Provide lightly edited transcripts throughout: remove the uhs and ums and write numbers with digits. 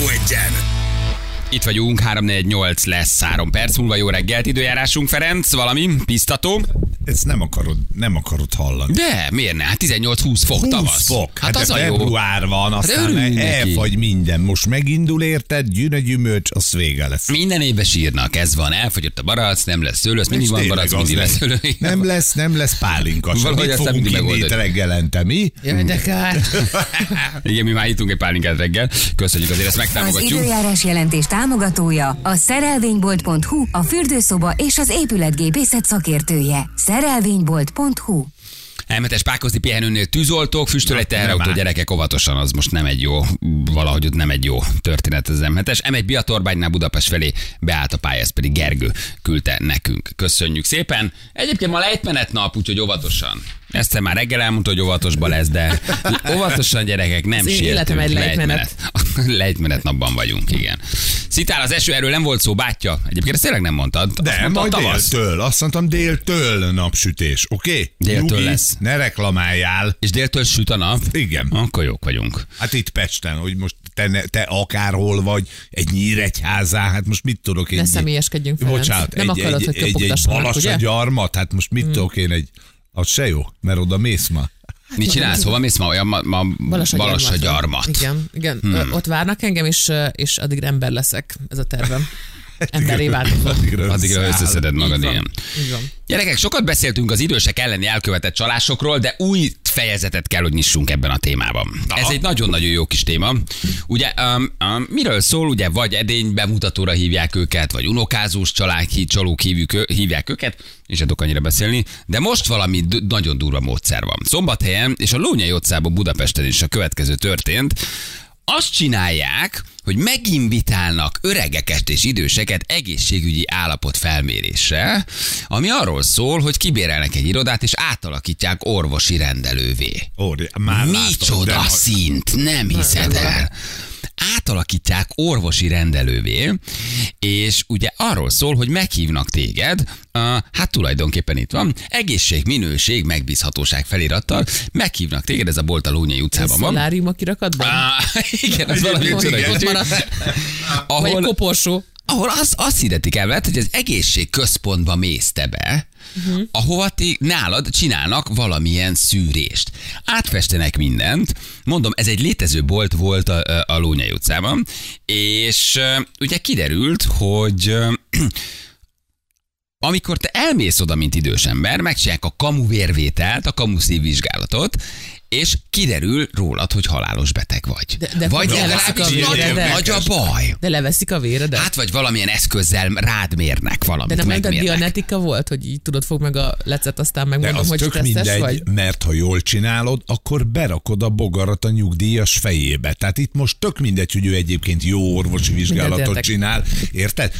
Rádió Egyen. Itt vagyunk, 3-4-8 lesz 3 perc múlva, jó reggelt, időjárásunk, Ferenc, valami biztató? Ezt nem akarod hallani. De, miért ne? Hát 18-20 fok 20 tavasz. fok. Hát az a jó. Február van, aztán elfagy minden. Most megindul, érted? Gyümölcs, az vége lesz. Minden évben sírnak, ez van, elfogyott a barack, nem lesz szőlő, mindig van barack, mindig lesz szőlő. Nem lesz pálinka. Valahogy Mit aztán fogunk mindig inni itt megoldani. reggelente, mi? Jaj, de kár. Igen, mi már ittunk egy pálinkát reggel. Köszönjük, azért ezt Az megtámogatjuk. időjárás jelentés támogatója a szerelvénybolt.hu, a fürdőszoba és az épületgépészet szakértője. Szerelvénybolt.hu. Elmetes pákozni pihenőnél tűzoltók, füstöl egy teherautó, gyerekek óvatosan, az most nem egy jó, valahogy ott nem egy jó történet az M7-es. M1 Biatorbánynál Budapest felé beállt a pálya, ez pedig Gergő küldte nekünk. Köszönjük szépen. Egyébként ma lejtmenetnap, úgyhogy óvatosan. Ezt már reggel elmondta, hogy óvatosban lesz, de óvatosan gyerekek, nem én sértünk. életem egy lejtmenet. Lejtmenet napban vagyunk, igen. Szitál, az eső, erről nem volt szó, bátyja. Egyébként ezt tényleg nem mondtad. De majd déltől. Azt mondtam, déltől napsütés, oké? Déltől lesz. Ne reklamáljál. És déltől süt a nap? Igen. Akkor jók vagyunk. Hát itt Pesten, hogy most te akárhol vagy, egy Nyíregyházán, hát most mit tudok én? Ne személyeskedjünk, Ferenc. Bocsánat, Nem akarod, hogy egy kopogtassanak, ugye? Balassagyarmat, hát most mit tudok én az se jó, mert oda mész ma. Mit csinálsz? Hova mész ma? Balassagyarmat. Igen. Ott várnak engem, és addig ember leszek. Ez a tervem. Emberré váltok. Addigra összeszeded magad, ilyen. Így van. Gyerekek, sokat beszéltünk az idősek elleni elkövetett csalásokról, de új fejezetet kell, hogy nyissunk ebben a témában. Ez egy nagyon-nagyon jó kis téma. Ugye, miről szól? Ugye, vagy edény bemutatóra hívják őket, vagy unokázós csalók hívják őket, és tudok annyira beszélni, de most valami nagyon durva módszer van. Szombathelyen és a Lónyai utcában Budapesten is a következő történt. Azt csinálják, hogy meginvitálnak öregeket és időseket egészségügyi állapot felmérésre, ami arról szól, hogy egy irodát és átalakítják orvosi rendelővé. Micsoda szint, nem hiszed el. Átalakítják orvosi rendelővé, és ugye arról szól, hogy meghívnak téged, hát tulajdonképpen itt van, egészség, minőség, megbízhatóság felirattal, meghívnak téged, ez a bolt a Lónyai utcában van. Szolárium a kirakatban? Igen, az valami Vagy koporsó. Ahol azt hirdetik el, hogy az egészségközpontba mész te be, ahova nálad csinálnak valamilyen szűrést. Átfestenek mindent. Mondom, ez egy létező bolt volt a Lónyai utcában, és ugye kiderült, hogy amikor te elmész oda, mint idős ember, megcsinálják a kamuvérvételt, a kamuszívvizsgálatot, és kiderül rólad, hogy halálos beteg vagy. De vagy legalábbis nagy a baj. De leveszik a véredet? Hát vagy valamilyen eszközzel rád mérnek valamit. De nem mondtad, megmérnek. Dianetika volt, hogy így tudod, fog meg a lecet, aztán De megmondom, az hogy tök stresszes mindegy, vagy? mert ha jól csinálod, akkor berakod a bogarat a nyugdíjas fejébe. Tehát itt most tök mindegy, hogy ő egyébként jó orvosi vizsgálatot csinál. Érted?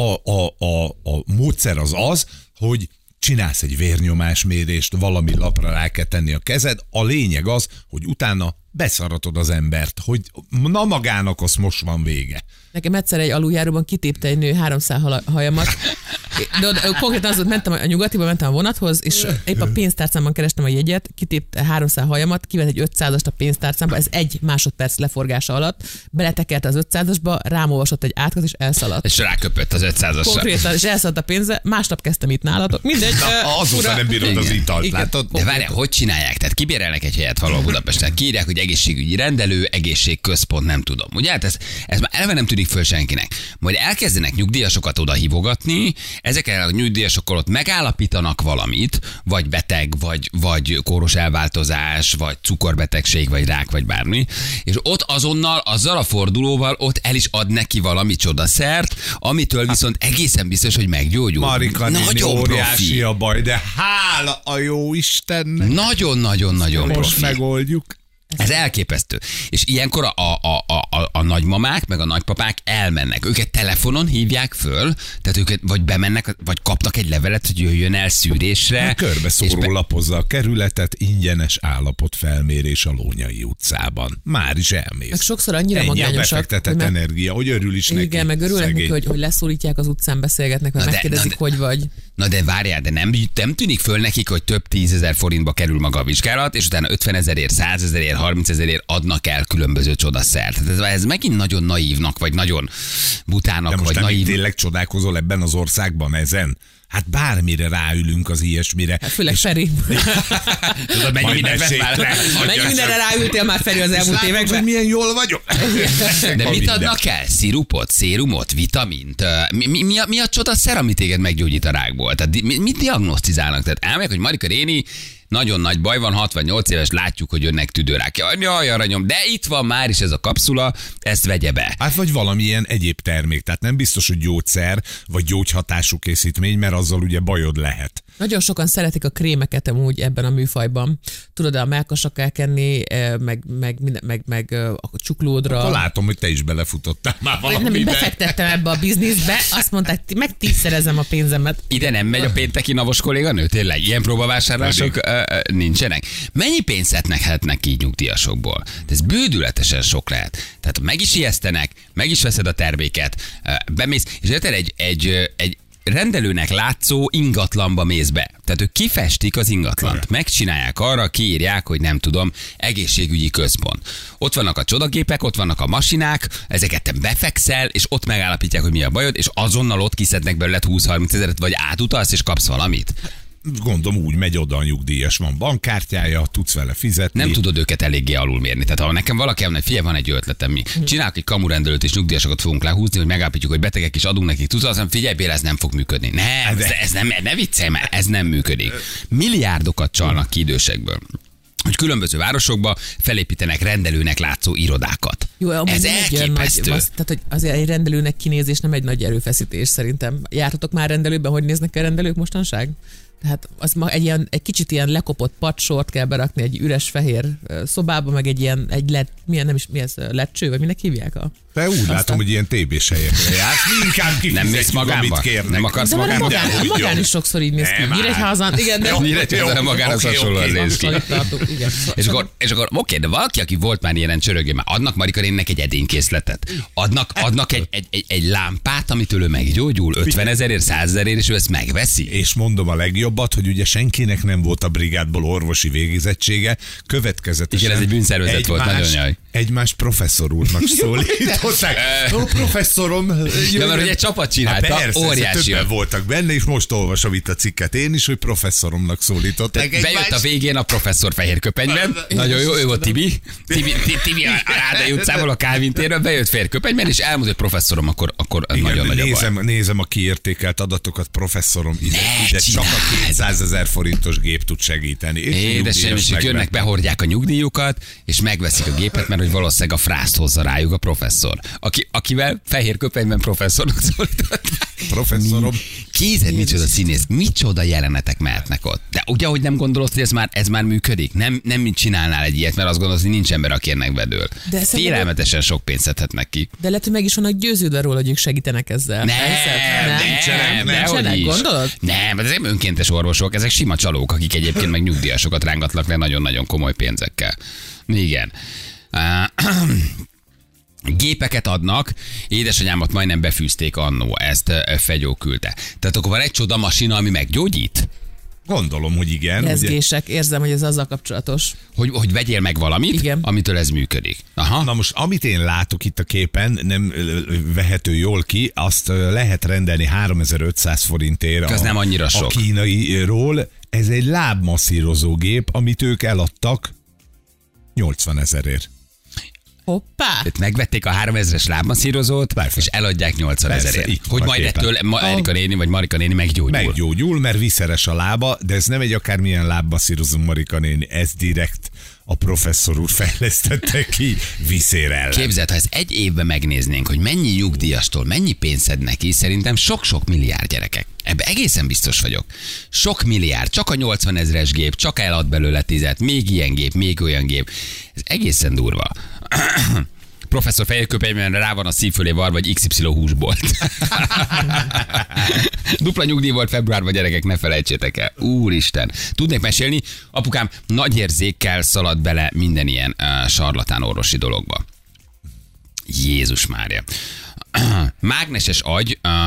A módszer az, hogy csinálsz egy vérnyomásmérést, valami lapra rá kell tenni a kezed. A lényeg az, hogy utána beszaratod az embert, hogy na magának az most van vége. Nekem egyszer egy aluljáróban kitépte egy nő 300 hajamat. De konkrétan az volt, mentem a Nyugatiba, mentem a vonathoz, és épp a pénztárcámban kerestem a jegyet, kitépte 300 hajamat, kivett egy 500-ast a pénztárcámba, ez 1 másodperc leforgása alatt, beletekerte az 500-asba, rámolvasott egy átkat, és elszaladt. És ráköpött az 500-asra. Konkrétan, és elszaladt a pénze, másnap kezdtem itt nálatok. Mindegy. Azóta nem bírod az italt, látod? De várjál, hogy csinálják? Tehát kibérelnek egy helyet valahol Budapesten, kiírják, hogy egészségügyi rendelő, egészségközpont, nem tudom. Ugye? Hát ez már eleve nem tűnik föl senkinek. Majd elkezdenek nyugdíjasokat oda hívogatni, ezekkel a nyugdíjasokkal ott megállapítanak valamit, vagy beteg, vagy kóros elváltozás, vagy cukorbetegség, vagy rák, vagy bármi, és ott azonnal, azzal a fordulóval ott el is ad neki valami csodaszert, amitől viszont egészen biztos, hogy meggyógyul. Marika néni, óriási a baj, de hála a jó Istennek. Nagyon-nagyon-nagyon Most profi. Megoldjuk. Ez elképesztő. És ilyenkor a nagymamák meg a nagypapák elmennek. Őket telefonon hívják föl, tehát őket vagy bemennek, vagy kapnak egy levelet, hogy jöjjön el szűrésre. Körbeszóró lapozza a kerületet, ingyenes állapotfelmérés a Lónyai utcában. Már is elmész. Meg sokszor annyira ennyi magányosak. a befektetett energia, hogy örül is neki. Igen, meg örülnek neki, szegény. hogy leszólítják az utcán, beszélgetnek, mert megkérdezik, hogy vagy. Na de várjál, de nem tűnik föl nekik, hogy több 10 000 forintba kerül maga a vizsgálat, és utána 50 000-ért, 100 000-ért, 30 ezerért adnak el különböző csodaszert. Ez megint nagyon naívnak, vagy nagyon butának, De most vagy nem naív. tényleg csodálkozol ebben az országban ezen? Hát bármire ráülünk az ilyesmire. Hát főleg Feri. Tudod, mennyi mindent vett már? Mennyi mindenre ráültél már, Feri, az elmúlt Látod, években? hogy milyen jól vagyok? De mit Minden. adnak el? Szirupot, szérumot, vitamint? Mi a csodaszer, ami téged meggyógyít a rákból? Tehát mit diagnosztizálnak? Tehát elmegyek, hogy Marika Réni nagyon nagy baj van, 68 éves, látjuk, hogy önnek tüdőrák. Jaj, aranyom, de itt van már is ez a kapszula, ezt vegye be. Hát vagy valamilyen egyéb termék. Tehát nem biztos, hogy gyógyszer, vagy gyógyhatású készítmény, mert azzal ugye bajod lehet. Nagyon sokan szeretik a krémeket amúgy ebben a műfajban. Tudod, a melkasra kell kenni, meg a csuklódra. Akkor látom, hogy te is belefutottál már Nem, valamibe. befektettem ebbe a bizniszbe, azt mondták, meg 10-szerezem a pénzemet. Ide nem megy a pénteki navos kolléganő? Tényleg, ilyen próbavásárlások nincsenek. Mennyi pénzt szednek így nyugdíjasokból? De ez bődületesen sok lehet. Tehát meg is ijesztenek, meg is veszed a terméket, bemész, és érted, egy rendelőnek látszó ingatlanba mész be. Tehát ők kifestik az ingatlant, megcsinálják arra, kiírják, hogy nem tudom, egészségügyi központ. Ott vannak a csodagépek, ott vannak a masinák, ezeket te befekszel, és ott megállapítják, hogy mi a bajod, és azonnal ott kiszednek belőle 20-30 ezeret, vagy átutalsz, és kapsz valamit. Gondolom úgy megy oda a nyugdíjas, van bankkártyája, tudsz vele fizetni. Nem tudod őket eléggé alulmérni. Tehát ha nekem valaki mondja, hogy figyelj, van egy ötletem, mi csinálok egy kamurendelőt és nyugdíjasokat fogunk lehúzni, hogy megállapítjuk, hogy betegek is adunk nekik, tudod, azt mondom, figyelj, Béla, ez nem fog működni. Nem, ez nem, ne viccelj már, ez nem működik. Milliárdokat csalnak ki idősekből, hogy különböző városokba felépítenek rendelőnek látszó irodákat. Jó, Ez nem egy olyan elképesztő. tehát, hogy azért egy rendelőnek kinézés nem egy nagy erőfeszítés szerintem. Jártatok már rendelőben, hogy néznek a rendelők mostanság? Tehát az ma egy kicsit ilyen lekopott padsort kell berakni egy üres fehér szobába, meg milyen nem is, mi ez, lepcső, vagy minek hívják a... Te úgy látom, hogy ilyen TB-s helyekre jársz. Inkább Nem mész kifizetjük, amit magánba? kérnek. Nem akarsz De már a magánba? magán is sokszor így néz ki. Nem, Nyíregyházan, igen, de... Nyíregyházan a magának hasonló az néz ki. Igen. És akkor oké, de valaki, aki volt már ilyen csörögő, már adnak Marika Rénnek egy edénykészletet. Adnak egy lámpát, amitől ő meggyógyul, 50 ezerért, 100 ezerért, és ő ezt megveszi. És mondom a legjobbat, hogy ugye senkinek nem volt a brigádból orvosi végzettsége, következetesen... Igen, ez egy bűnszervezet volt, nagyon jaj. Egymás professzor úrnak szólították. Ó, professzorom, Ja, mert ugye egy csapat csinálta, persze, óriási. többen voltak benne, és most olvasom itt a cikket én is, hogy professzoromnak szólították. Bejött a végén a professzor fehér köpenyben, nagyon jó, ő volt Tibi a Rádai utcából, a Kálvin térről, bejött fehér köpenyben, és elmondta, hogy professzorom, akkor nagyon nagy a baj. Nézem a kiértékelt adatokat, professzorom, ide csak a 200 000 forintos gép tud segíteni. Édesem, és jönnek, behordják a nyugdíjukat, és megveszik a gépet, mert hogy valószínűleg a frászt hozza rájuk a professzor. Akivel fehér köpenyben professzornak szólították. Professzorom. Kézed, micsoda színész, micsoda jelenetek mehetnek ott. De ugye, hogy nem gondolod, hogy ez már működik? Nem mint csinálnál egy ilyet, mert azt gondolod, hogy nincs ember, aki ennek bedől. Félelmetesen sok pénzt szedhetnek ki. De lehet, hogy meg is vannak győződve róla, hogy ők segítenek ezzel. Nincsenek, gondolod? Nem, ezek önkéntes orvosok, ezek sima csalók, akik egyébként meg nyugdíjasokat rángatnak le nagyon-nagyon komoly pénzekkel. Igen. Gépeket adnak, édesanyámat majdnem befűzték annó, ezt Fegyó küldte. Tehát akkor van egy csoda masina, ami meggyógyít? Gondolom, hogy igen. Rezgések, érzem, hogy ez azzal kapcsolatos. Hogy vegyél meg valamit, igen, amitől ez működik. Aha. Na most, amit én látok itt a képen, nem vehető jól ki, azt lehet rendelni 3500 forintért az nem annyira sok. A kínairól. Ez egy lábmasszírozógép, amit ők eladtak 80 000-ért. Hoppá! Tehát megvették a 3000-es lábmasszírozót, és eladják 80 000-ért. Hogy majd ettől Marika néni vagy Marika néni meggyógyul. Meggyógyul, mert viszeres a lába, de ez nem egy akármilyen lábmasszírozó Marika néni, ez direkt a professzor úr fejlesztette ki viszérel. Képzeld, ha ezt egy évben megnéznénk, hogy mennyi nyugdíjastól, mennyi pénzt szed neki, szerintem sok-sok milliárd, gyerekek. Ebben egészen biztos vagyok. Sok milliárd, csak a 80 000-es gép, csak elad belőle 10, még ilyen gép, még olyan gép. Ez egészen durva. Professzor fejköpenyben rá van a szív fölé varva, vagy XY húsbolt. Dupla nyugdíj volt februárban, gyerekek, ne felejtsétek el. Úristen. Tudnék mesélni, apukám nagy érzékkel szaladt bele minden ilyen sarlatán orvosi dologba. Jézus Mária. Mágneses agy, a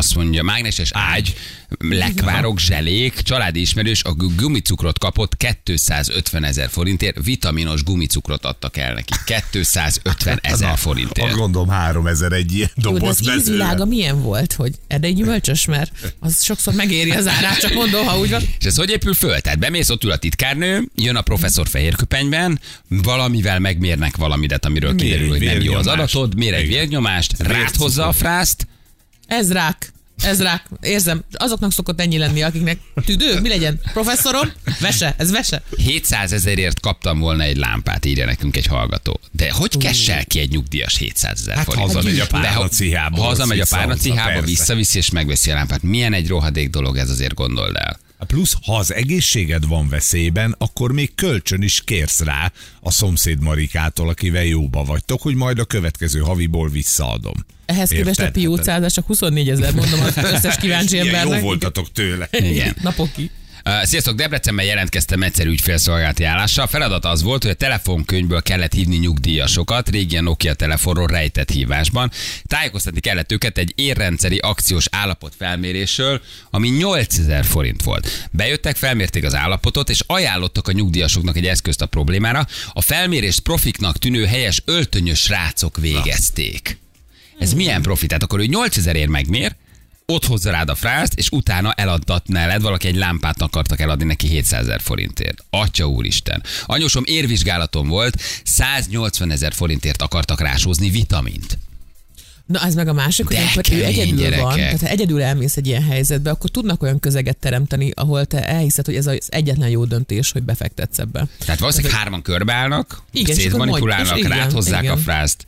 azt mondja, mágneses ágy, lekvárok, zselék, családi ismerős a gumicukrot kapott 250 000 forintért, vitaminos gumicukrot adtak el neki. 250 000 forintért. Azt gondolom 3000 egy ilyen Jó, de doboz az ízvilága milyen volt, hogy erdei gyümölcsös, mert az sokszor megéri az árát, csak mondom, ha úgy van. És ez hogy épül föl? Tehát bemész, ott ül a titkárnő, jön a professzor fehérköpenyben, valamivel megmérnek valamidet, amiről kiderül, hogy nem jó az adatod, mér egy vérnyomást, rád hozza a frászt. Ez rák. Érzem, azoknak szokott ennyi lenni, akiknek tüdő, mi legyen? Professzorom? Vese, ez vese. 700 000-ért kaptam volna egy lámpát, írja nekünk egy hallgató. De hogy kessel ki egy nyugdíjas 700 000 forint? Hazamegy a párnacihába. Hazamegy a párnacihába, visszaviszi és megveszi a lámpát. Milyen egy rohadék dolog ez, azért gondold el. Plusz, ha az egészséged van veszélyben, akkor még kölcsön is kérsz rá a szomszéd Marikától, akivel jóba vagytok, hogy majd a következő haviból visszaadom. Ehhez képest a piócázás csak 24 000, mondom az összes kíváncsi embernek. Jó voltatok tőle. Igen. Napokig. Sziasztok, Debrecenben jelentkeztem egyszerű ügyfélszolgálati állással. Feladata az volt, hogy a telefonkönyvből kellett hívni nyugdíjasokat, régi Nokia telefonról rejtett hívásban. Tájékoztatni kellett őket egy érrendszeri akciós állapotfelmérésről, ami 8000 forint volt. Bejöttek, felmérték az állapotot, és ajánlottak a nyugdíjasoknak egy eszközt a problémára. A felmérést profiknak tűnő helyes öltönyös srácok végezték. Ez milyen profi? Tehát akkor ő 8000-ért megmér, ott hozza rád a frászt, és utána eladtatna eled, valaki egy lámpát akartak eladni neki 700 000 forintért. Atya úristen. Anyósom érvizsgálaton volt, 180 000 forintért akartak rásózni vitamint. Na, ez meg a másik, hogy amikor ő egyedül van, tehát ha egyedül elmész egy ilyen helyzetbe, akkor tudnak olyan közeget teremteni, ahol te elhiszed, hogy ez az egyetlen jó döntés, hogy befektetsz ebbe. Tehát valószínűleg hárman körbeállnak, szétmanipulálnak, rád hozzák a frászt.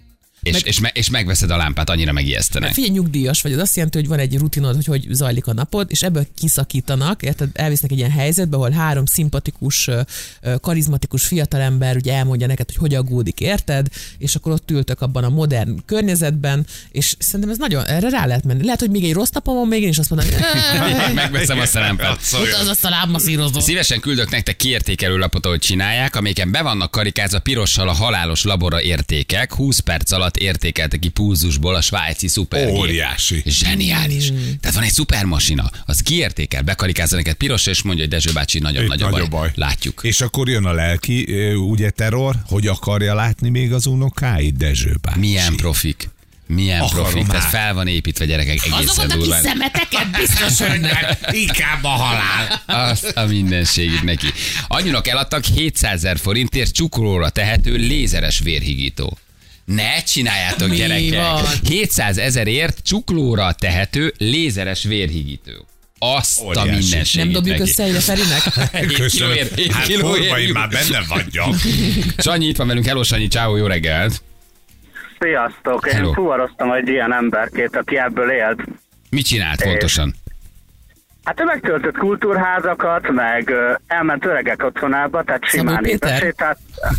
És megveszed a lámpát, annyira megijesztenek. Figyelj, nyugdíjas vagy, az azt jelenti, hogy van egy rutinod, hogy zajlik a napod, és ebből kiszakítanak, érted? Elvisznek egy ilyen helyzetbe, ahol 3 szimpatikus, karizmatikus fiatalember ugye elmondja neked, hogy aggódik, érted? És akkor ott ültök abban a modern környezetben, és szerintem ez nagyon, erre rá lehet menni. Lehet, hogy még egy rossz napon van, még én is azt mondom, hogy megveszem azt a lámpát. Az azt a lábmasszírozó. Szívesen küldök nektek kiértékelő lapot, ahogy csinálják, amelyiken be vannak karikázva pirossal a halálos labora értékek, 20 perc alatt értékelte ki pulzusból a svájci szupergép. Óriási. Zseniális. Tehát van egy szupermasina, az kiértékel, bekarikázza neked pirosra, és mondja, hogy Dezső bácsi, nagyon nagy a baj. Látjuk. És akkor jön a lelki, ugye terror, hogy akarja látni még az unokáit, Dezső bácsi. Milyen profik. Milyen profik, tehát fel van építve, gyerekek, egészen azokat durván. a kis szemeteket biztos önnek. Inkább a halál. Azt a mindenségét neki. Anyunak eladtak 700 000 forintért csuklóra tehető lézeres vérhigító. Ne csináljátok, Mi gyerekek! van? 700 000-ért csuklóra tehető lézeres vérhigító. Azt Óriási. a mindenségét Nem dobjuk neki. össze ide Ferinek? Köszönöm. Hát korbaim már benne vagyok. Sanyi itt van velünk, hello Sanyi, ciao, jó reggelt! Sziasztok! Én Hello. fuvaroztam egy ilyen emberkét, aki ebből élt. Mit csinált pontosan? Hát ő megtöltött kultúrházakat, meg elment öregek otthonába, tehát Szabó simán Péter? étesétát.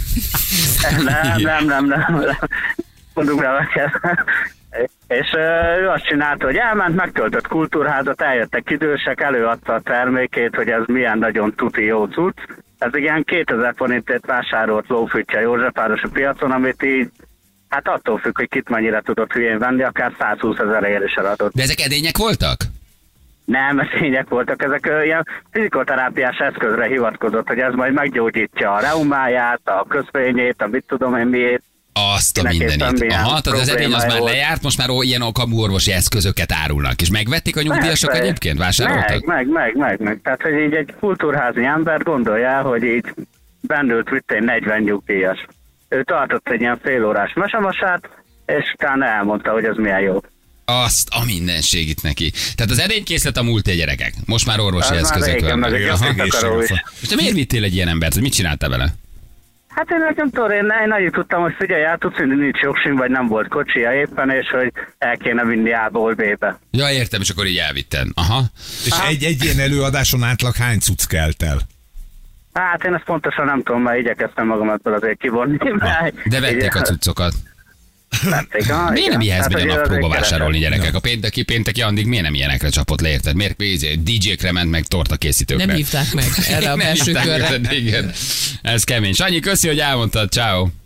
Nem. Mondjuk neveket. És ő azt csinálta, hogy elment, megtöltött kultúrházat, eljöttek idősek, előadta a termékét, hogy ez milyen nagyon tuti jó cucc. Ez ilyen 2000 forintért vásárolt lófütye Józsefvárosi piacon, amit így, hát attól függ, hogy kit mennyire tudott hülyén venni, akár 120 000-ért is eladott. De ezek edények voltak? Nem, tények voltak, ezek ilyen fizikoterápiás eszközre hivatkozott, hogy ez majd meggyógyítja a reumáját, a közfényét, a mit tudom én miért. Azt a Kinek éppen mindenit. milyen Aha, tehát az edény az már problémája volt. lejárt, most már ilyen kamu orvosi eszközöket árulnak. És megvették a nyugdíjasok Persze. egyébként? Vásároltak? Meg. Tehát, hogy így egy kultúrházi ember gondolja el, hogy így bennült vittén 40 nyugdíjas. Ő tartott egy ilyen félórás mesemasát, és utána elmondta, hogy ez milyen jó. Azt a mindenségit neki. Tehát az edénykészlet a múlté, gyerekek. Most már orvosi Az már eszközök régen, vannak. meg egy Aha. takaró is. És te miért vittél egy ilyen embert? Hogy mit csináltál vele? Hát én nem tudom, én annyit tudtam, hogy figyelj, el tudsz vinni, nincs jogsim, vagy nem volt kocsia éppen, és hogy el kéne vinni A-ból B-be. Ja, értem, és akkor így elvittem. Aha. És egy ilyen előadáson átlag hány cucc kelt el? Hát én ezt pontosan nem tudom, mert igyekeztem magam ebből azért kivonni. De vették a cuccokat. Vették, Miért nem ilyeszt megy a hogy napróba azért vásárolni, keresett. gyerekek? A pénteki Andik miért nem ilyenekre csapott le, érted? Miért DJ-kre ment meg tortakészítőkre? Nem hívták meg erre a Nem belső hívták körre. őket, igen. Ez kemény. Sanyi, köszi, hogy elmondtad. Ciao.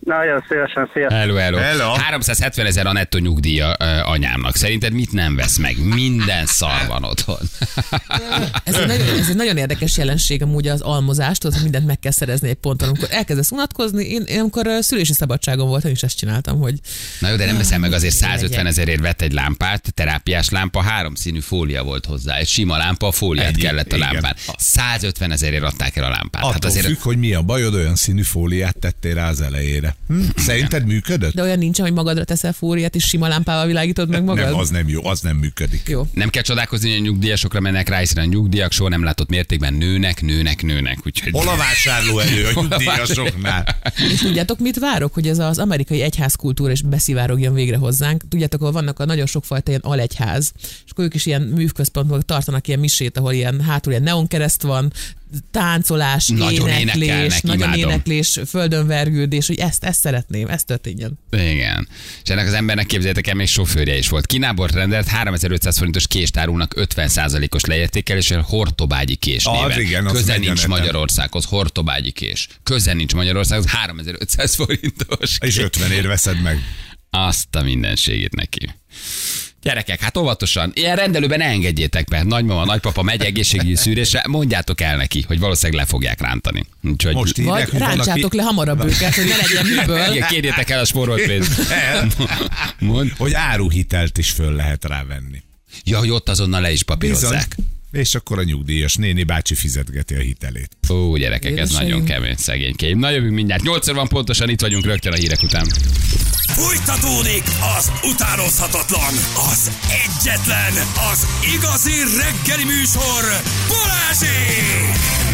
Nagyon szívesen, szia. Hello. 370 000 a nettó nyugdíja anyámnak. Szerinted mit nem vesz meg? Minden szar van otthon. Ez egy nagyon érdekes jelenség amúgy az almozást, hogy mindent meg kell szerezni egy ponton. Amikor elkezdesz unatkozni, én amikor szülési szabadságon voltam, és ezt csináltam, hogy... Na jó, de nem veszel meg azért 150 000-ért vett egy lámpát, terápiás lámpa, 3 színű fólia volt hozzá. Egy sima lámpa, a fóliát kellett a lámpán. 150 000-ért adták el a lámpát. Attól azért... függ, hogy mi a bajod, olyan színű fóliát tettél rá az elejére. Szerinted működött? De olyan nincs, hogy magadra teszel fóliát, és sima lámpával világítod meg magad? Nem, az nem jó, az nem működik. Jó. Nem kell csodálkozni, hogy a nyugdíjasokra mennek rá, hiszen a nyugdíjak soha nem látott mértékben nőnek. Úgyhogy... Hol a vásárlóerő a nyugdíjasoknál? És tudjátok, mit várok, hogy ez az amerikai egyházkultúra is beszivárogjon végre hozzánk. Tudjátok, ahol vannak a nagyon sokfajta ilyen alegyház, és akkor ők is ilyen műközpontban tartanak ilyen misét, ahol ilyen hátul ilyen neonkereszt van, táncolás, éneklés, nagyon éneklés, földönvergődés, hogy ezt szeretném, ez történjen. Igen. És ennek az embernek képzeljétek el, még sofőrje is volt. Kínából rendelt 3500 forintos kést árulnak 50%-os leértékeléssel Hortobágyi kés néven. Igen, köze nincs Magyarországhoz, Hortobágyi kés. Köze nincs Magyarországhoz, 3500 forintos kés. És 50 ér veszed meg. Azt a mindenségét neki. Gyerekek, hát óvatosan, ilyen rendelőben ne engedjétek be. Nagymama, nagypapa megy egészségügyi szűrésre, mondjátok el neki, hogy valószínűleg le fogják rántani. Úgyhogy... Most vagy rántsátok le hamarabb őket, hogy ne legyen miből. Igen, kérjétek el a spórolt pénzt. Hogy áruhitelt is föl lehet rávenni. Ja, hogy ott azonnal le is papírozzák. És akkor a nyugdíjas néni bácsi fizetgeti a hitelét. Ó, gyerekek, ez nagyon kemény, szegénykém. Na jövünk mindjárt. 8 van pontosan, itt vagyunk rögtön a hírek után. Folytatódik az utánozhatatlan, az egyetlen, az igazi reggeli műsor, Balázsék!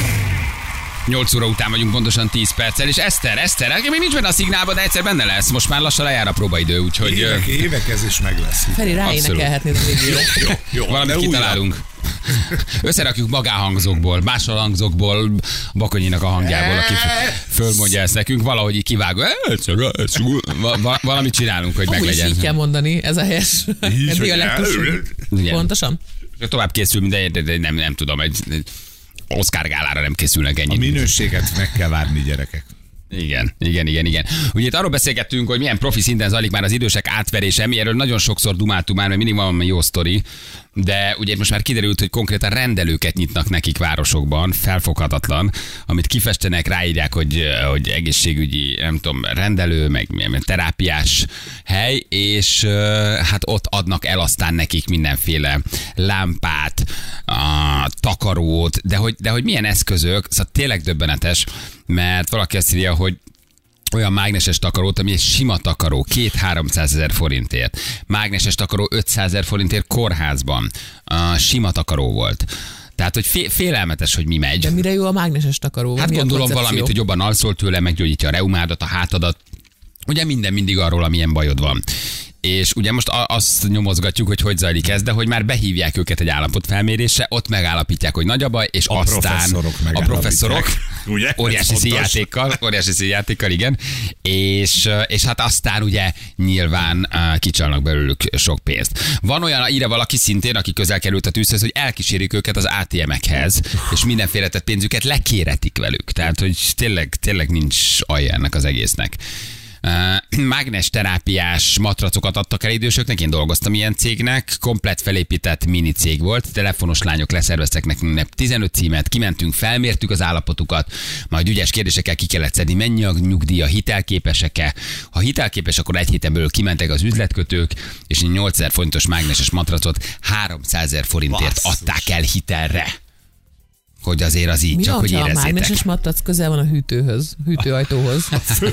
8 óra után vagyunk pontosan 10 perccel, és Eszter, még nincs benne a szignálban, de egyszer benne lesz. Most már lassan lejár a próbaidő, úgyhogy... Évek ez is meg lesz. Feri, ráénekelhetnéd a végül. Jó, valamit kitalálunk. Összerakjuk magánhangzókból, másolhangzókból, Bakonyinak a hangjából, aki fölmondja ezt nekünk, valahogy így kivágó. Valamit csinálunk, hogy meglegyen. Így kell mondani, ez a helyes. Pontosan. Tovább készül minden, de nem tudom, egy Oscar gálára nem készülnek ennyi. A minőséget meg kell várni, gyerekek. Igen. Ugye itt arról beszélgettünk, hogy milyen profi szinten zajlik már az idősek átverése, mi erről nagyon sokszor dumáltunk már, mert mindig van valami jó sztori, de ugye most már kiderült, hogy konkrétan rendelőket nyitnak nekik városokban, felfoghatatlan, amit kifestenek, ráírják, hogy egészségügyi, nem tudom, rendelő, meg terápiás hely, és hát ott adnak el aztán nekik mindenféle lámpát, takarót, de hogy milyen eszközök, szóval tényleg döbbenetes, mert valaki azt írja, hogy olyan mágneses takarót, ami egy sima takaró, 200-300 000 forintért. Mágneses takaró 500 000 forintért kórházban. Sima takaró volt. Tehát, hogy félelmetes, hogy mi megy. De mire jó a mágneses takaró? Hát gondolom valamit, hogy jobban alszol tőle, meggyógyítja a reumádat, a hátadat. Ugye minden mindig arról, amilyen bajod van. És ugye most azt nyomozgatjuk, hogy zajlik ez, de hogy már behívják őket egy állapotfelmérésre, ott megállapítják, hogy nagy a baj, és aztán a professzorok ugye? óriási színjátékkal, igen, és hát aztán ugye nyilván kicsalnak belőlük sok pénzt. Van olyan, írja valaki szintén, aki közel került a tűzhöz, hogy elkísérik őket az ATM-ekhez, és mindenféle tett pénzüket lekéretik velük. Tehát, hogy tényleg nincs alja ennek az egésznek. Mágnes terápiás matracokat adtak el idősöknek, én dolgoztam ilyen cégnek, komplett felépített mini cég volt, telefonos lányok leszerveztek nekünk 15 címet, kimentünk, felmértük az állapotukat, majd ügyes kérdésekkel ki kellett szedni, mennyi a nyugdíja, hitelképesek-e. Ha hitelképes, akkor egy héten belül kimentek az üzletkötők, és 8000 forintos mágneses matracot 300 000 forintért adták el hitelre. Hogy azért az így, csak hogy érezzétek. A mágneses matrac közel van a hűtőajtóhoz.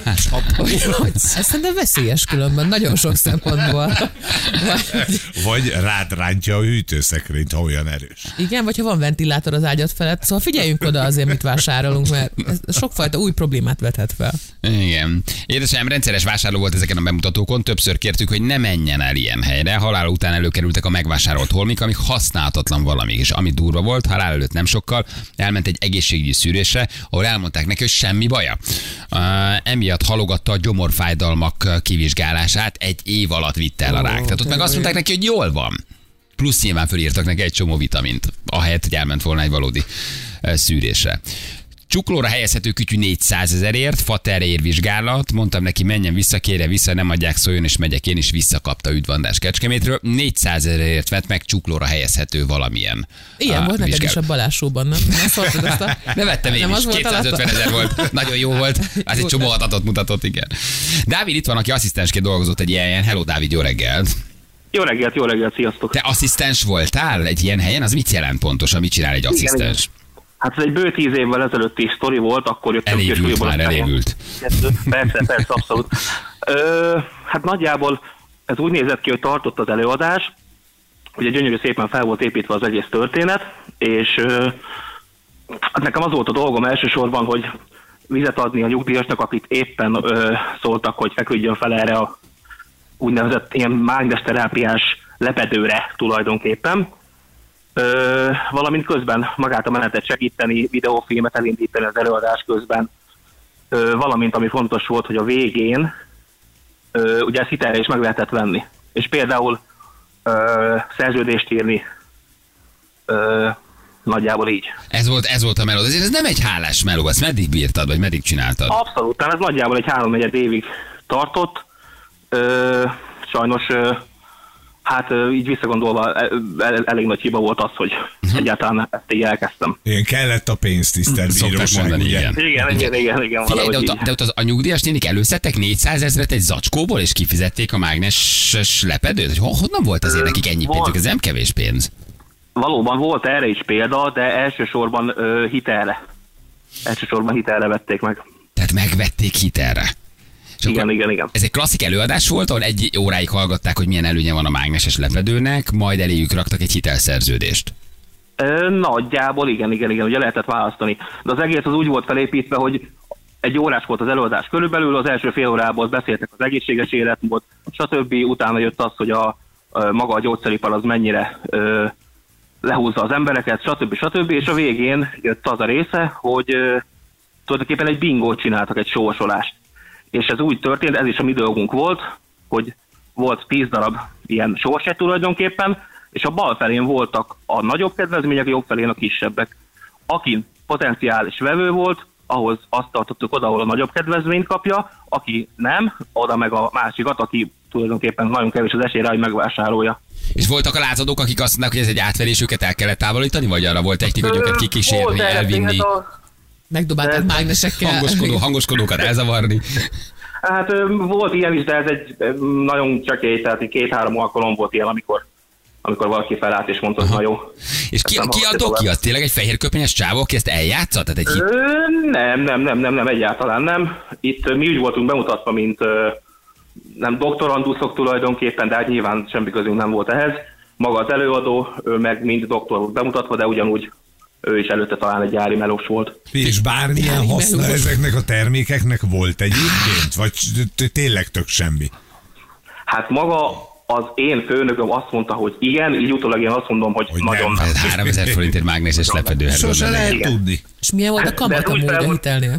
Ez szerintem veszélyes különben, nagyon sok szempontból. Vagy rád rántja a hűtőszekrényt, ha olyan erős. Igen, vagy ha van ventilátor az ágyat felett. Szóval figyeljünk oda azért, mit vásárolunk, mert ez sokfajta új problémát vethet fel. Igen. Édesanyám rendszeres vásárló volt ezeken a bemutatókon, többször kértük, hogy ne menjen el ilyen helyre. Halál után előkerültek a megvásárolt holmik, amik használhatatlan valamik, és ami durva volt, halál előtt nem sokkal, elment egy egészségügyi szűrésre, ahol elmondták neki, hogy semmi baja. Emiatt halogatta a gyomorfájdalmak kivizsgálását, egy év alatt vitte el a rák. Tehát ott meg azt mondták neki, hogy jól van. Plusz nyilván fölírtak neki egy csomó vitamint, ahelyett, hogy elment volna egy valódi szűrésre. Csuklóra helyezhető kütyű 400 000-ért, faterre ér vizsgálat, mondtam neki, menjen vissza, kérje vissza, nem adják, szóljon, és megyek én is, visszakapta Üdvandás Kecskemétről. 400 000-ért vett meg csuklóra helyezhető valamilyen. Ilyen volt neked is a Balázs Show-ban, nem? Ne vettem én is, 250 000 volt, nagyon jó volt, az egy csomó adatot mutatott, igen. Dávid itt van, aki asszisztensként dolgozott egy ilyen helyen. Hello, Dávid, jó reggelt! Jó reggelt, sziasztok! Te asszisztens voltál egy ilyen helyen? Az mit jelent pontosan? Mit csinál egy asszisztens? Igen. Hát ez egy bő 10 évvel ezelőtti sztori volt, akkor jöttem ki, és újból elévült. Persze, abszolút. Hát nagyjából ez úgy nézett ki, hogy tartott az előadás, ugye gyönyörű szépen fel volt építve az egész történet, és hát nekem az volt a dolgom elsősorban, hogy vizet adni a nyugdíjasnak, akit éppen szóltak, hogy feküdjön fel erre a úgynevezett ilyen mágnesterápiás lepedőre tulajdonképpen. Valamint közben magát a menetet segíteni, videófilmet elindítani az előadás közben, valamint ami fontos volt, hogy a végén ugye ezt hitelre is meg lehetett venni. És például szerződést írni nagyjából így. Ez volt a meló. Azért ez nem egy hálás meló, ezt meddig bírtad, vagy meddig csináltad? Abszolút, ez nagyjából egy 3-4 évig tartott. Sajnos hát így visszagondolva elég nagy hiba volt az, hogy egyáltalán ezt így elkezdtem. Igen, kellett a pénz, tisztelt bíróság. Mondani, igen. De ott a nyugdíjas nénik előszedtek 400 000 egy zacskóból, és kifizették a mágneses lepedőt? Honnan volt azért nekik ennyi pénzük? Ez nem kevés pénz. Valóban volt erre is példa, de elsősorban hitelre. Elsősorban hitelre vették meg. Tehát megvették hitelre. Igen. Ez egy klasszik előadás volt, ahol 1 óráig hallgatták, hogy milyen előnye van a mágneses lepedőnek, majd eléjük raktak egy hitelszerződést. Nagyjából igen, ugye lehetett választani. De az egész az úgy volt felépítve, hogy 1 órás volt az előadás körülbelül, az első fél órából beszéltek az egészséges életmód, stb. Utána jött az, hogy maga a gyógyszeripar az mennyire lehúzza az embereket, stb. És a végén jött az a része, hogy tulajdonképpen egy bingót csináltak, egy sorsolást. És ez úgy történt, ez is a mi dolgunk volt, hogy volt 10 darab ilyen sorsegy tulajdonképpen, és a bal felén voltak a nagyobb kedvezmények, a jobb felén a kisebbek. Aki potenciális vevő volt, ahhoz azt tartottuk oda, ahol a nagyobb kedvezményt kapja, aki nem, oda meg a másikat, aki tulajdonképpen nagyon kevés az esély rá, hogy megvásárolja. És voltak a lázadók, akik azt mondták, hogy ez egy átverés, őket el kellett távolítani, vagy arra volt technika, hogy őket kikísérni, elvinni? Megdobálták mágnesekkel. Hangoskodókat elzavarni. Hát volt ilyen is, de ez egy nagyon csekély, tehát 2-3 alkalom volt ilyen, amikor valaki felállt és mondta, hogy na jó. És ki a doki? Az tényleg egy fehérköpenyes csávó, aki ezt eljátszott? Nem, egyáltalán nem. Itt mi úgy voltunk bemutatva, mint nem doktoranduszok tulajdonképpen, de hát nyilván semmi közünk nem volt ehhez. Maga az előadó, meg mind doktor volt bemutatva, de ugyanúgy ő is előtte talán egy gyári melós volt. És bármilyen haszna ezeknek a termékeknek volt egyébként? Vagy tényleg tök semmi? Hát maga az én főnököm azt mondta, hogy igen, így utólag én azt mondom, hogy nagyon nem. 3000 forintért mágneses lepedőhez. Sose lehet tudni. És milyen volt a kamat a hitelnél?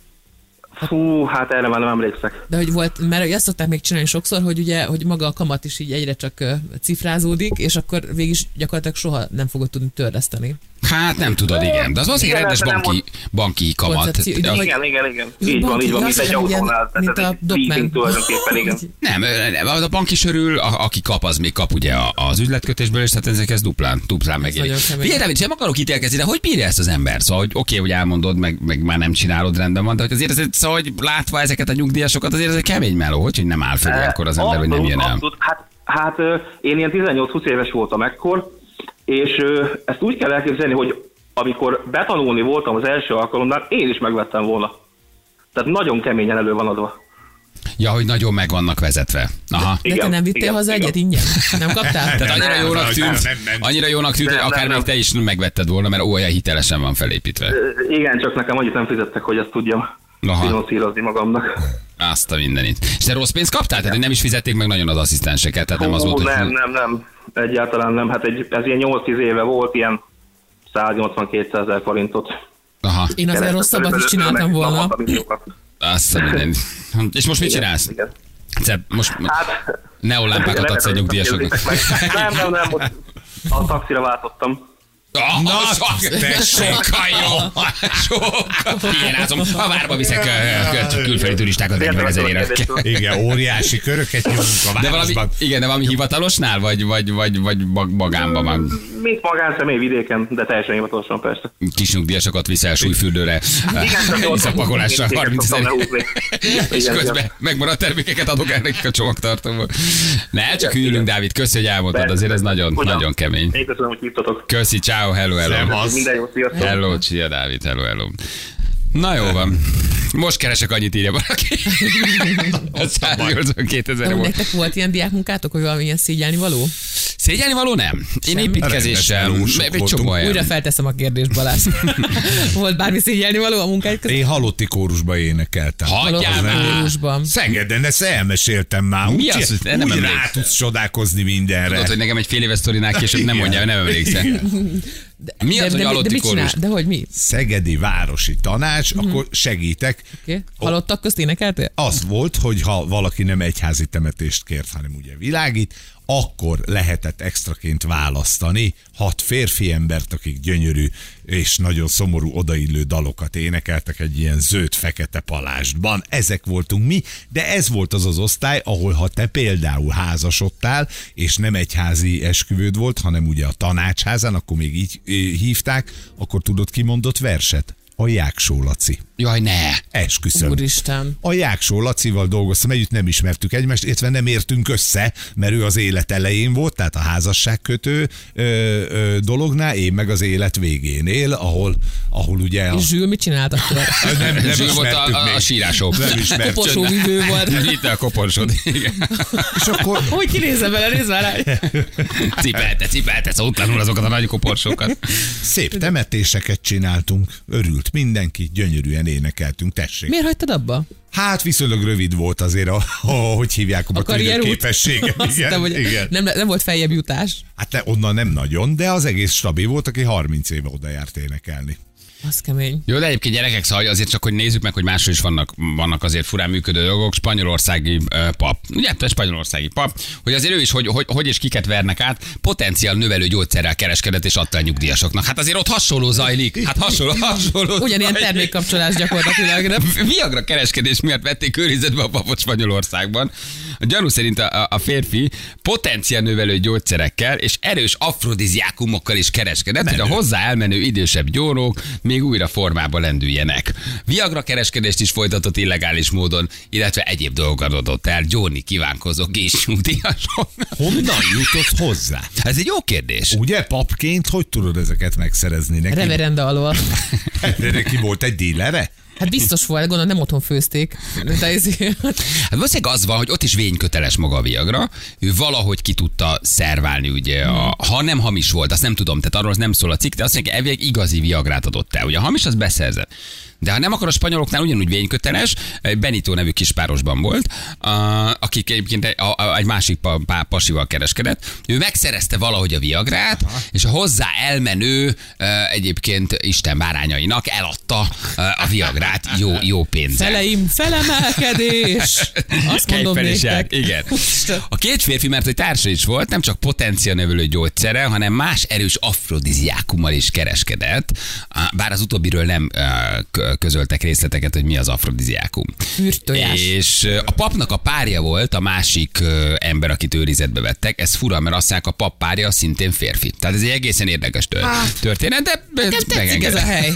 Fú, hát erre már nem emlékszek. De hogy volt, mert azt szokták még csinálni sokszor, hogy ugye, hogy maga a kamat is így egyre csak cifrázódik, és akkor végig gyakorlatilag soha nem fogod tudni törleszteni. Hát nem tudod, igen. De az azért rendes banki kamat. Igen. Így van, mint egy autónál. Mint a Dogman. Tulajdonképpen, igen. Nem, a bank is örül, aki kap, az még kap ugye az üzletkötésből, és hát ezek ez duplán megérik. Figyelj, Dávid, sem akarok ítélkezni, de hogy bírja ezt az ember? Szóval, hogy oké, hogy elmondod, meg már nem csinálod, rendben van, de hogy azért ez, szóval, hogy látva ezeket a nyugdíjasokat, azért ez egy kemény meló, hogy nem áll fel akkor az ember, hogy nem jön el. Hát én ilyen 18-20 éves voltam ekkor, és ezt úgy kell elképzelni, hogy amikor betanulni voltam az első alkalommal, én is megvettem volna. Tehát nagyon keményen elő van adva. Ja, hogy nagyon meg vannak vezetve. Aha. De te nem vittél haza egyet ingyen? Nem kaptál? Tehát annyira jónak tűnt, hogy akár még te is megvetted volna, mert olyan hitelesen van felépítve. Igen, csak nekem annyit nem fizettek, hogy ezt tudjam finanszírozni magamnak. Azt a mindenit. És te rossz pénzt kaptál? Tehát nem is fizették meg nagyon az asszisztenseket? Tehát nem az volt, hogy... Nem. Egyáltalán nem. Hát ez ilyen 8-10 éve volt, ilyen 180-200 000 forintot. Aha. Én azért rosszabbat is csináltam volna. Azt a mindenit. És most mit csinálsz? Most neonlámpákat adsz a nyugdíjasoknak. Nem, most a taxira váltottam. Sokkal jó. Sokkal. Igen, ázom, a várba viszek külföldi turistákat 40 000-ért. Igen, óriási köröket nyomunk a városban. De valami hivatalosnál, vagy magánban van? Mint magánszemély vidéken, de teljesen hivatalosan persze. Kis nyugdíjasokat viszel súlyfürdőre. Iszappakolással 30 000. És közben megmaradt termékeket adok el nekik a csomagtartóból. Ne, csak ülünk, Dávid, köszi, hogy elmondtad, azért ez nagyon kemény. Én köszönöm, hogy hívtatok. Köszi, ciao, hello. Minden jó, sziasztok. Hello, szia, Dávid, hello. Na jó van. Most keresek, annyit írja valaki. A 182 000 volt. Nektek volt ilyen diákmunkátok, hogy valamilyen szégyelni való? Szégyelni való nem. Én építkezéssel. Egy csomó olyan. Újra felteszem a kérdést, Balázs. Volt bármi szégyelni való a munkáid között? Én halotti kórusba énekeltem. Hagyjál már! Szegeden, ezt elmeséltem már. Mi az? Nem úgy rá tudsz csodálkozni mindenre. Tudod, hogy nekem egy fél éves sztorinál később nem mondja, nem emlékszem. Mi az, hogy halotti kórus? De hogy mi? Szegedi Városi Tanács, akkor segítek. Okay. Halottak közt énekeltél? Az volt, hogy ha valaki nem egyházi temetést kért, hanem ugye világít, akkor lehetett extraként választani 6 férfi embert, akik gyönyörű és nagyon szomorú odaillő dalokat énekeltek egy ilyen zöld-fekete palástban. Ezek voltunk mi, de ez volt az az osztály, ahol ha te például házasodtál, és nem egyházi esküvőd volt, hanem ugye a tanácsházán, akkor még így hívták, akkor tudod, ki mondott verset? A Jáksó Laci. Jaj, ne! Esküszöm. Úristen. A Jáksó Lacival dolgoztam együtt, nem ismertük egymást, illetve nem értünk össze, mert ő az élet elején volt, tehát a házasságkötő dolognál, én meg az élet végénél, ahol ugye... És Zsül mit csinált akkor? Nem Zsül volt a sírások. Nem ismertük. Koporsóvivő volt. Itt a koporsod. És akkor... Hogy kinézze bele, nézd már rá. Cipelte, szótlanul azokat a nagy koporsókat. Szép temetéseket csináltunk, örült mindenki, gyönyörűen énekeltünk, tessék. Miért hagytad abba? Hát viszonylag rövid volt azért, hogy hívják a képessége. Igen. Nem volt feljebb jutás. Hát onnan nem nagyon, de az egész stabil volt, aki 30 éve oda járt énekelni. Az kemény. Jó, de egyébként gyerekek, szóval azért csak, hogy nézzük meg, hogy máshol is vannak azért furán működő dolgok. Spanyolországi pap, ugye? Spanyolországi pap, hogy azért ő is, hogy és kiket vernek át, potenciál növelő gyógyszerrel kereskedett és adta a nyugdíjasoknak. Hát azért ott hasonló zajlik. Hát hasonló. Ugyanilyen termékkapcsolás gyakorlatilag. Nem? Viagra kereskedés miatt vették őrizetbe a papot Spanyolországban. A gyanú szerint a férfi potenciál növelő gyógyszerekkel és erős afrodiziákumokkal is kereskedett, hogy a hozzá elmenő idősebb gyónók még újra formába lendüljenek. Viagra kereskedést is folytatott illegális módon, illetve egyéb dolgokat adott el gyónni kívánkozók és nyugdíjasok. Honnan jutott hozzá? Ez egy jó kérdés. Ugye papként hogy tudod ezeket megszerezni neki? Reverenda alól. De neki volt egy dílere? Hát biztos volt, gondolom nem otthon főzték. Hát valószínűleg az van, hogy ott is vényköteles maga a Viagra, ő valahogy ki tudta szerválni, ugye, ha nem hamis volt, azt nem tudom, tehát arról az nem szól a cikk, de azt mondja, hogy elvileg igazi Viagrát adott el. Ugye a hamis az beszerzett. De ha nem, akkor a spanyoloknál ugyanúgy vényköteles, Benito nevű kispárosban volt, akik egyébként egy másik pasival kereskedett. Ő megszerezte valahogy a Viagrát, és a hozzá elmenő egyébként Isten bárányainak eladta a Viagrát jó pénzzel. Feleim, felemelkedés! Azt mondom néktek. Igen. A két férfi, mert hogy társa is volt, nem csak potenciálnövelő gyógyszere, hanem más erős afrodiziákummal is kereskedett, bár az utóbbiről nem közöltek részleteket, hogy mi az afrodiziákum. Fürtölyás. És a papnak a párja volt a másik ember, akit őrizetbe vettek. Ez fura, mert azt mondják, a pap párja szintén férfi. Tehát ez egy egészen érdekes történet, de tetszik ez a hely.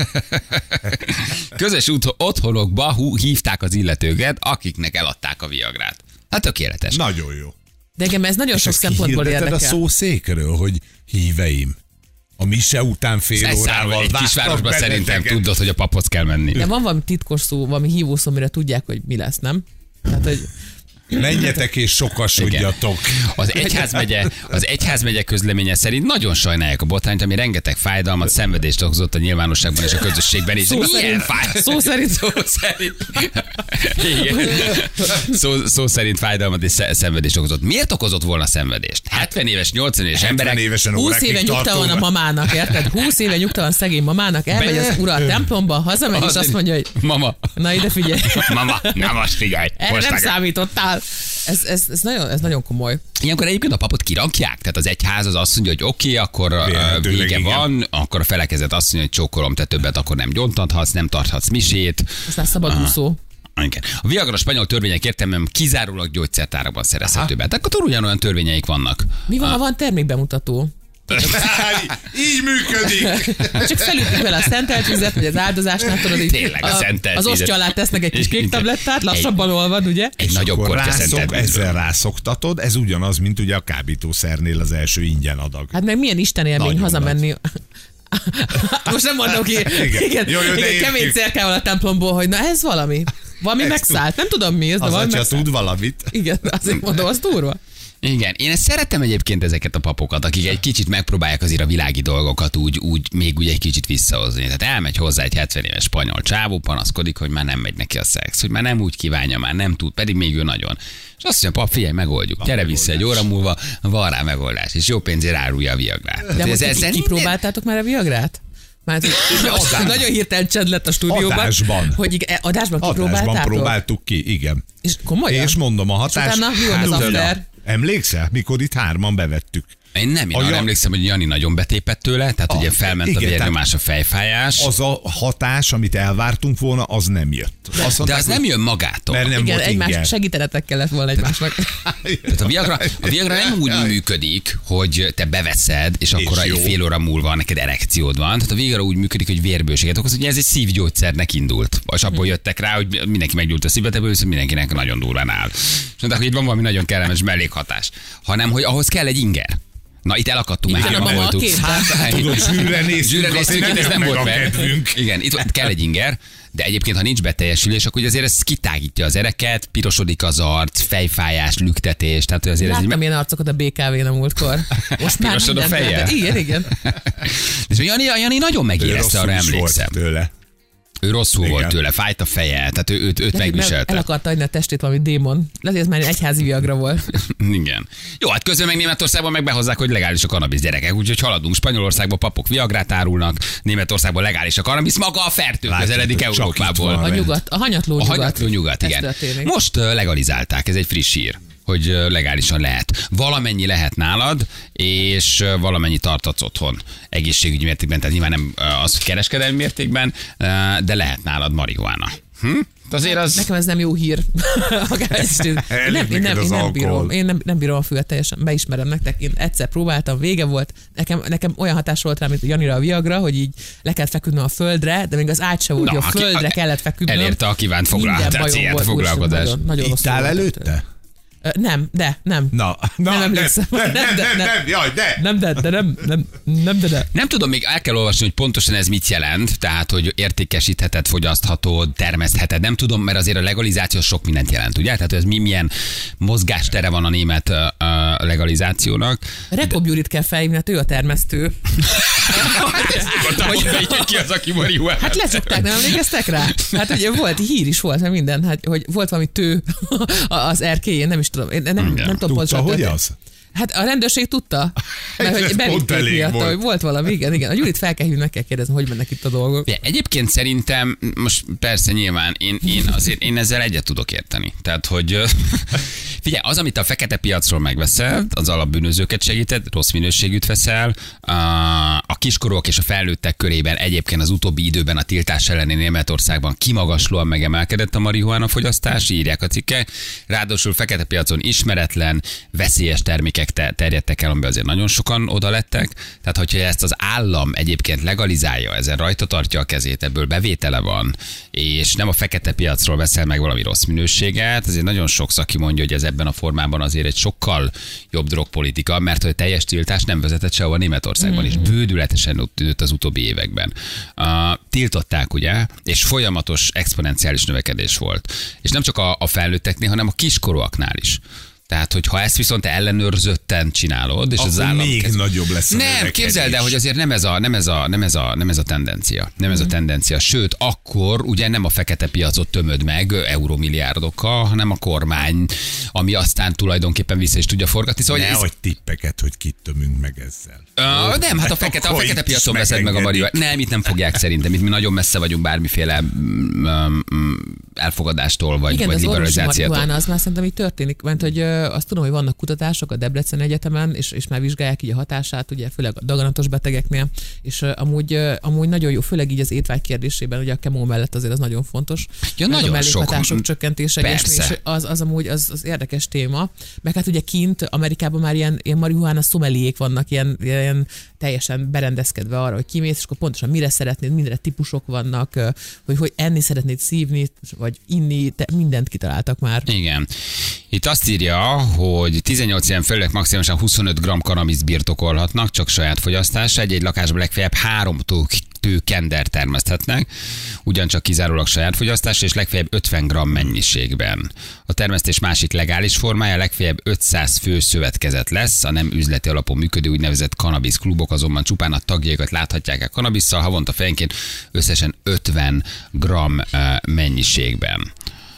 Közös otthonokba hívták az illetőket, akiknek eladták a Viagrát. Hát tökéletes. Nagyon jó. De engem ez nagyon sok szempontból érdekel. a szószékről, hogy híveim. A mise után fél órával egy kisvárosban szerintem tudod, hogy a paphoz kell menni. De van valami titkos szó, valami hívószó, amire tudják, hogy mi lesz, nem? Tehát, hogy... Menjetek és sokasodjatok. Az egyházmegye közleménye szerint nagyon sajnálják a botrányt, ami rengeteg fájdalmat, szenvedést okozott a nyilvánosságban és a közösségben is. Szó szerint fájdalmat és szenvedést okozott. Miért okozott volna szenvedést? 70 éves, 80 éves emberek. 20 éve nyugta van a mamának, érted? 20 éve nyugta van szegény mamának, elmegy az ura a templomba, hazamegy és azt mondja, hogy mama, na ide figyelj. Mama, na most figyelj. Erre nem számítottál. Ez nagyon komoly. Ilyenkor egyébként a papot kirakják, tehát az egyház az azt mondja, hogy oké, akkor vége van, akkor a felekezet azt mondja, hogy csókolom, te többet akkor nem gyóntathatsz, nem tarthatsz misét. Aztán szabadúszó. Igen. A Viagra spanyol törvények értelmében kizárólag gyógyszertárakban szerezhető be. Tehát akkor ugyanolyan törvényeik vannak. Mi van, ha van termékbemutató? Így működik. Csak felütik vele a szentelt vizet, vagy az áldozásnál tudod, Tényleg, a szentelt az vizet. osztja alá tesznek egy kis kék tablettát, lassabban olvad, ugye? Egy nagyobb kortya szentelt vízről. Ezzel rászoktatod, ez ugyanaz, mint ugye a kábítószernél az első ingyen adag. Hát meg milyen isten élmény Nagyon hazamenni. Most nem mondom ki. Igen, Jó, de igen, kemény cerkával a templomból, hogy na ez valami. Valami megszállt. Nem tudom mi ez, de Az valami atya megszállt. tud valamit. Igen, azért mondom, az durva. Igen, én ezt szeretem egyébként ezeket a papokat, akik egy kicsit megpróbálják azért a világi dolgokat még úgy egy kicsit visszahozni. Tehát elmegy hozzá egy 70 éves spanyol csávó, panaszkodik, hogy már nem megy neki a szex, hogy már nem úgy kívánja, már nem tud, pedig még ő nagyon. És azt mondja, pap, figyelj, megoldjuk. Gyere vissza egy óra múlva, van rá megoldás, és jó pénzért árulja a Viagrát. De most kipróbáltátok már a Viagrát? Már nagyon hirtelen csend lett a stúdióban. Adásban. Hogy adásban kipróbáltátok? Adásban próbáltuk ki, igen. És komolyan? És mondom, a És hatás... utána mi volt az after? Emlékszel, mikor itt 3-an bevettük? Én arra emlékszem, hogy Jani nagyon betépett tőle, tehát ugye felment a vérnyomás, a fejfájás. Az a hatás, amit elvártunk volna, az nem jött. De az nem jön magától. Mert nem Igen, volt egymás inger. segítenetek kellett volna egymásnak. Tehát a Viagra nem úgy működik, hogy te beveszed, és akkor egy fél óra múlva neked erekciód van. Tehát a Viagra úgy működik, hogy vérbőséget okoz, hogy ez egy szívgyógyszernek indult. És abból jöttek rá, hogy mindenki meggyújt a szívet, ebből viszont mindenkinek nagyon durván áll. És mondták, hogy itt van valami nagyon kellemes mellékhatás. Hanem, hogy ahhoz kell egy inger. Na, itt elakadtunk, Igen, már a mama voltuk. a képben. Tudod, zsűrre néztünk, ez nem volt a meg. kedvünk. Igen, itt kell egy inger, de egyébként, ha nincs beteljesülés, akkor azért ez kitágítja az ereket, pirosodik az arc, fejfájás, lüktetés, tehát azért Láttam ilyen arcokat a BKV-n a múltkor. Most már Pirosod a mindent fejjel? lehet. Igen. És Jani nagyon megérezte, arra emlékszem. Tőle. Ő rosszul volt Igen. tőle, fájt a feje, tehát őt El megviselte. akarta adni a testét valami démon. Lehet, hogy ez már egy egyházi Viagra volt. Igen. Jó, hát közben meg Németországban meg behozzák, hogy legális a kannabisz, gyerekek, úgyhogy haladunk. Spanyolországban papok Viagrát árulnak, Németországban legális a kannabisz, maga a fertő közeledik csak Európából. itt van. A nyugat, a hanyatló A nyugat. hanyatló nyugat, Ez igen. történik. Most legalizálták, ez egy friss hír, hogy legálisan lehet. Valamennyi lehet nálad, és valamennyi tartatsz otthon. Egészségügyi mértékben, tehát nyilván nem az kereskedelmi mértékben, de lehet nálad marihuána. Azért az... Nekem ez nem jó hír. Én nem bírom. Én nem bírom a füvet teljesen. Beismerem nektek. Én egyszer próbáltam, vége volt. Nekem olyan hatás volt rá, mint Janira a Viagra, hogy így le kellett feküdnöm a földre, de még az ágy se volt, hogy a földre kellett feküdnöm. Elérte a kívánt foglalkozás. Nagyon rossz. Ittál előtte? Nem. Na, Nem emlékszem. Nem. Nem tudom, még el kell olvasni, hogy pontosan ez mit jelent, tehát, hogy értékesítheted, fogyaszthatod, termesztheted. Nem tudom, mert azért a legalizáció sok mindent jelent, ugye? Tehát ez milyen mozgástere van a német legalizációnak. Rekob Gyurit kell felhívni, hát ő a termesztő. Hogy ki az, aki marihuánát? Hát leszokták, nem emlékeztek rá? Hát ugye volt, hír is volt, mert minden, hát, hogy volt valami tő az erkélyén, nem is tudom, én nem tudom Tudta, pontosan. hogy az? Hát a rendőrség tudta, mert hogy Ez pont bevitték elég miatt, volt. hogy volt valami, igen. A Gyurit fel kell hívni, meg kell kérdezni, hogy mennek itt a dolgok. Ja, egyébként szerintem, most persze nyilván én ezzel egyet tudok érteni. Tehát, hogy figyelj, az, amit a fekete piacról megveszel, az alapbűnözőket segíted, rossz minőségűt veszel, a kiskorúak és a felnőttek körében egyébként az utóbbi időben a tiltás elleni Németországban kimagaslóan megemelkedett a marihuána fogyasztás, írják a cikkek. Ráadásul fekete piacon ismeretlen, veszélyes termékek terjedtek el, amiben azért nagyon sokan oda lettek. Tehát, hogyha ezt az állam egyébként legalizálja, ezen rajta tartja a kezét, ebből bevétele van, és nem a fekete piacról veszel meg valami rossz minőséget, azért nagyon sok szaki mondja, hogy ez ebben a formában azért egy sokkal jobb drogpolitika, mert hogy teljes tiltás nem vezetett sehova Németországban, és bődületesen nőtt az utóbbi években. Tiltották, ugye, és folyamatos exponenciális növekedés volt. És nem csak a felnőtteknél, hanem a kiskorúaknál is. Tehát, hogyha ezt viszont ellenőrzötten csinálod, és akkor az állam még nagyobb lesz a nem, növekedés. képzeld el, hogy azért nem ez a tendencia. Nem ez a tendencia. Sőt, akkor ugye nem a fekete piacot tömöd meg euromilliárdokkal, hanem a kormány, ami aztán tulajdonképpen vissza is tudja forgatni. Szóval, ne adj tippeket, hogy kit tömünk meg ezzel. Nem, hát a fekete piacon veszed meg a marihuánát. Nem, itt nem fogják szerintem. Itt mi nagyon messze vagyunk bármiféle elfogadástól, vagy liberalizációtól. Igen, az orvosi az már szerintem így történik, mert hogy azt tudom, hogy vannak kutatások a Debreceni Egyetemen, és már vizsgálják így a hatását, ugye főleg a daganatos betegeknél, és amúgy nagyon jó, főleg így az étvágy kérdésében, ugye a kemó mellett azért az nagyon fontos. Ja, nagyon a mellékhatások sok. csökkentése, és az amúgy az érdekes téma. Meg hát ugye kint Amerikában már ilyen marihuána szomeliék vannak, ilyen teljesen berendezkedve arra, hogy kimész, és akkor pontosan mire szeretnéd, mindre típusok vannak, hogy enni szeretnéd, szívni, vagy inni, mindent kitaláltak már. Igen. Itt azt írja, hogy 18 éven felüliek maximálisan 25 g kannabisz birtokolhatnak, csak saját fogyasztás. Egy lakásban legfeljebb 3 kender termeszthetnek, ugyancsak kizárólag saját fogyasztás, és legfeljebb 50 g mennyiségben. A termesztés másik legális formája legfeljebb 500 fő szövetkezet lesz, a nem üzleti alapon működő úgynevezett kannabisz klubok azonban csupán a tagjaikat láthatják el kannabisszal, havonta fejenként összesen 50 g mennyiségben.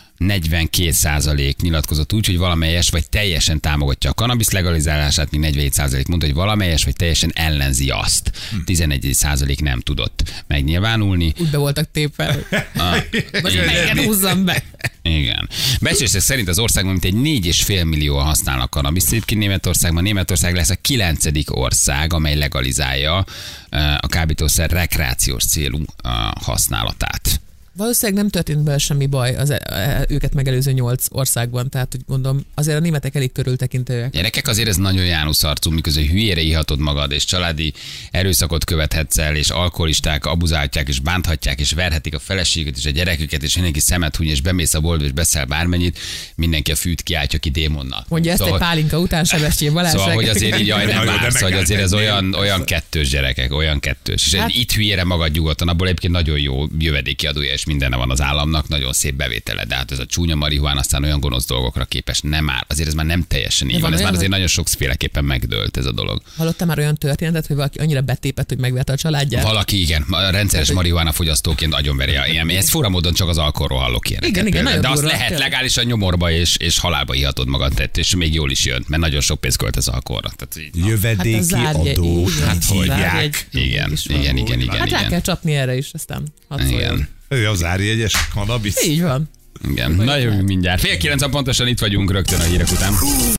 42% nyilatkozott úgy, hogy valamelyes vagy teljesen támogatja a kannabisz legalizálását, míg 47% mondta, hogy valamelyes vagy teljesen ellenzi azt. 11% nem tudott megnyilvánulni. Úgy be voltak tépve. Most melyiket húzzam be. Igen. Becslések szerint az országban mintegy 4,5 millióan használnak kannabiszt. Egyébként Németország lesz a 9. ország, amely legalizálja a kábítószer rekreációs célú használatát. Valószínűleg nem történt belőle semmi baj őket megelőző 8 országban, tehát hogy mondom, azért a németek elég körültekintőek. Gyerekek, azért ez nagyon János arcú, miközben hülyére ihatod magad, és családi erőszakot követhetsz el, és alkoholisták abuzálják, és bánthatják, és verhetik a feleségüket, és a gyereküket, és mindenki szemet húny, és bemész a boltba, és beszel bármennyit, mindenki a fűt kiáltja ki démonnal. Mondja ezt egy pálinka után, Sebestyén Balázs. Szóval, hogy azért így jaj, nem vársz, hogy azért ez olyan kettős gyerekek, olyan kettős. És itt hülyére magad nyugodtan, abból egyébként nagyon jó jövedéki adója, és mindenne van az államnak, nagyon szép bevétele, de hát ez a csúnya marihuán aztán olyan gonosz dolgokra képes, nem áll. Azért ez már nem teljesen így van, ez már azért nagyon sokféleképpen megdőlt ez a dolog. Hallottál már olyan történetet, hogy valaki annyira betépett, hogy megverte a családját? Valaki igen, a rendszeres marihuána fogyasztóként agyonveri. Ez fura módon csak az alkoholról hallok ilyeneket. Igen, de azt lehet legálisan nyomorba és halálba ihatod magad, és még jól is jön, mert nagyon sok pénz költ az alkoholra. Jövedéki adó, hát hívják. Igen. Hát rá kell csapni erre is, aztán hadd szóljon. Ő az árjegyes kannabisz. Így van. Igen, na jövünk mindjárt. 8:30 pontosan itt vagyunk rögtön a hírek után.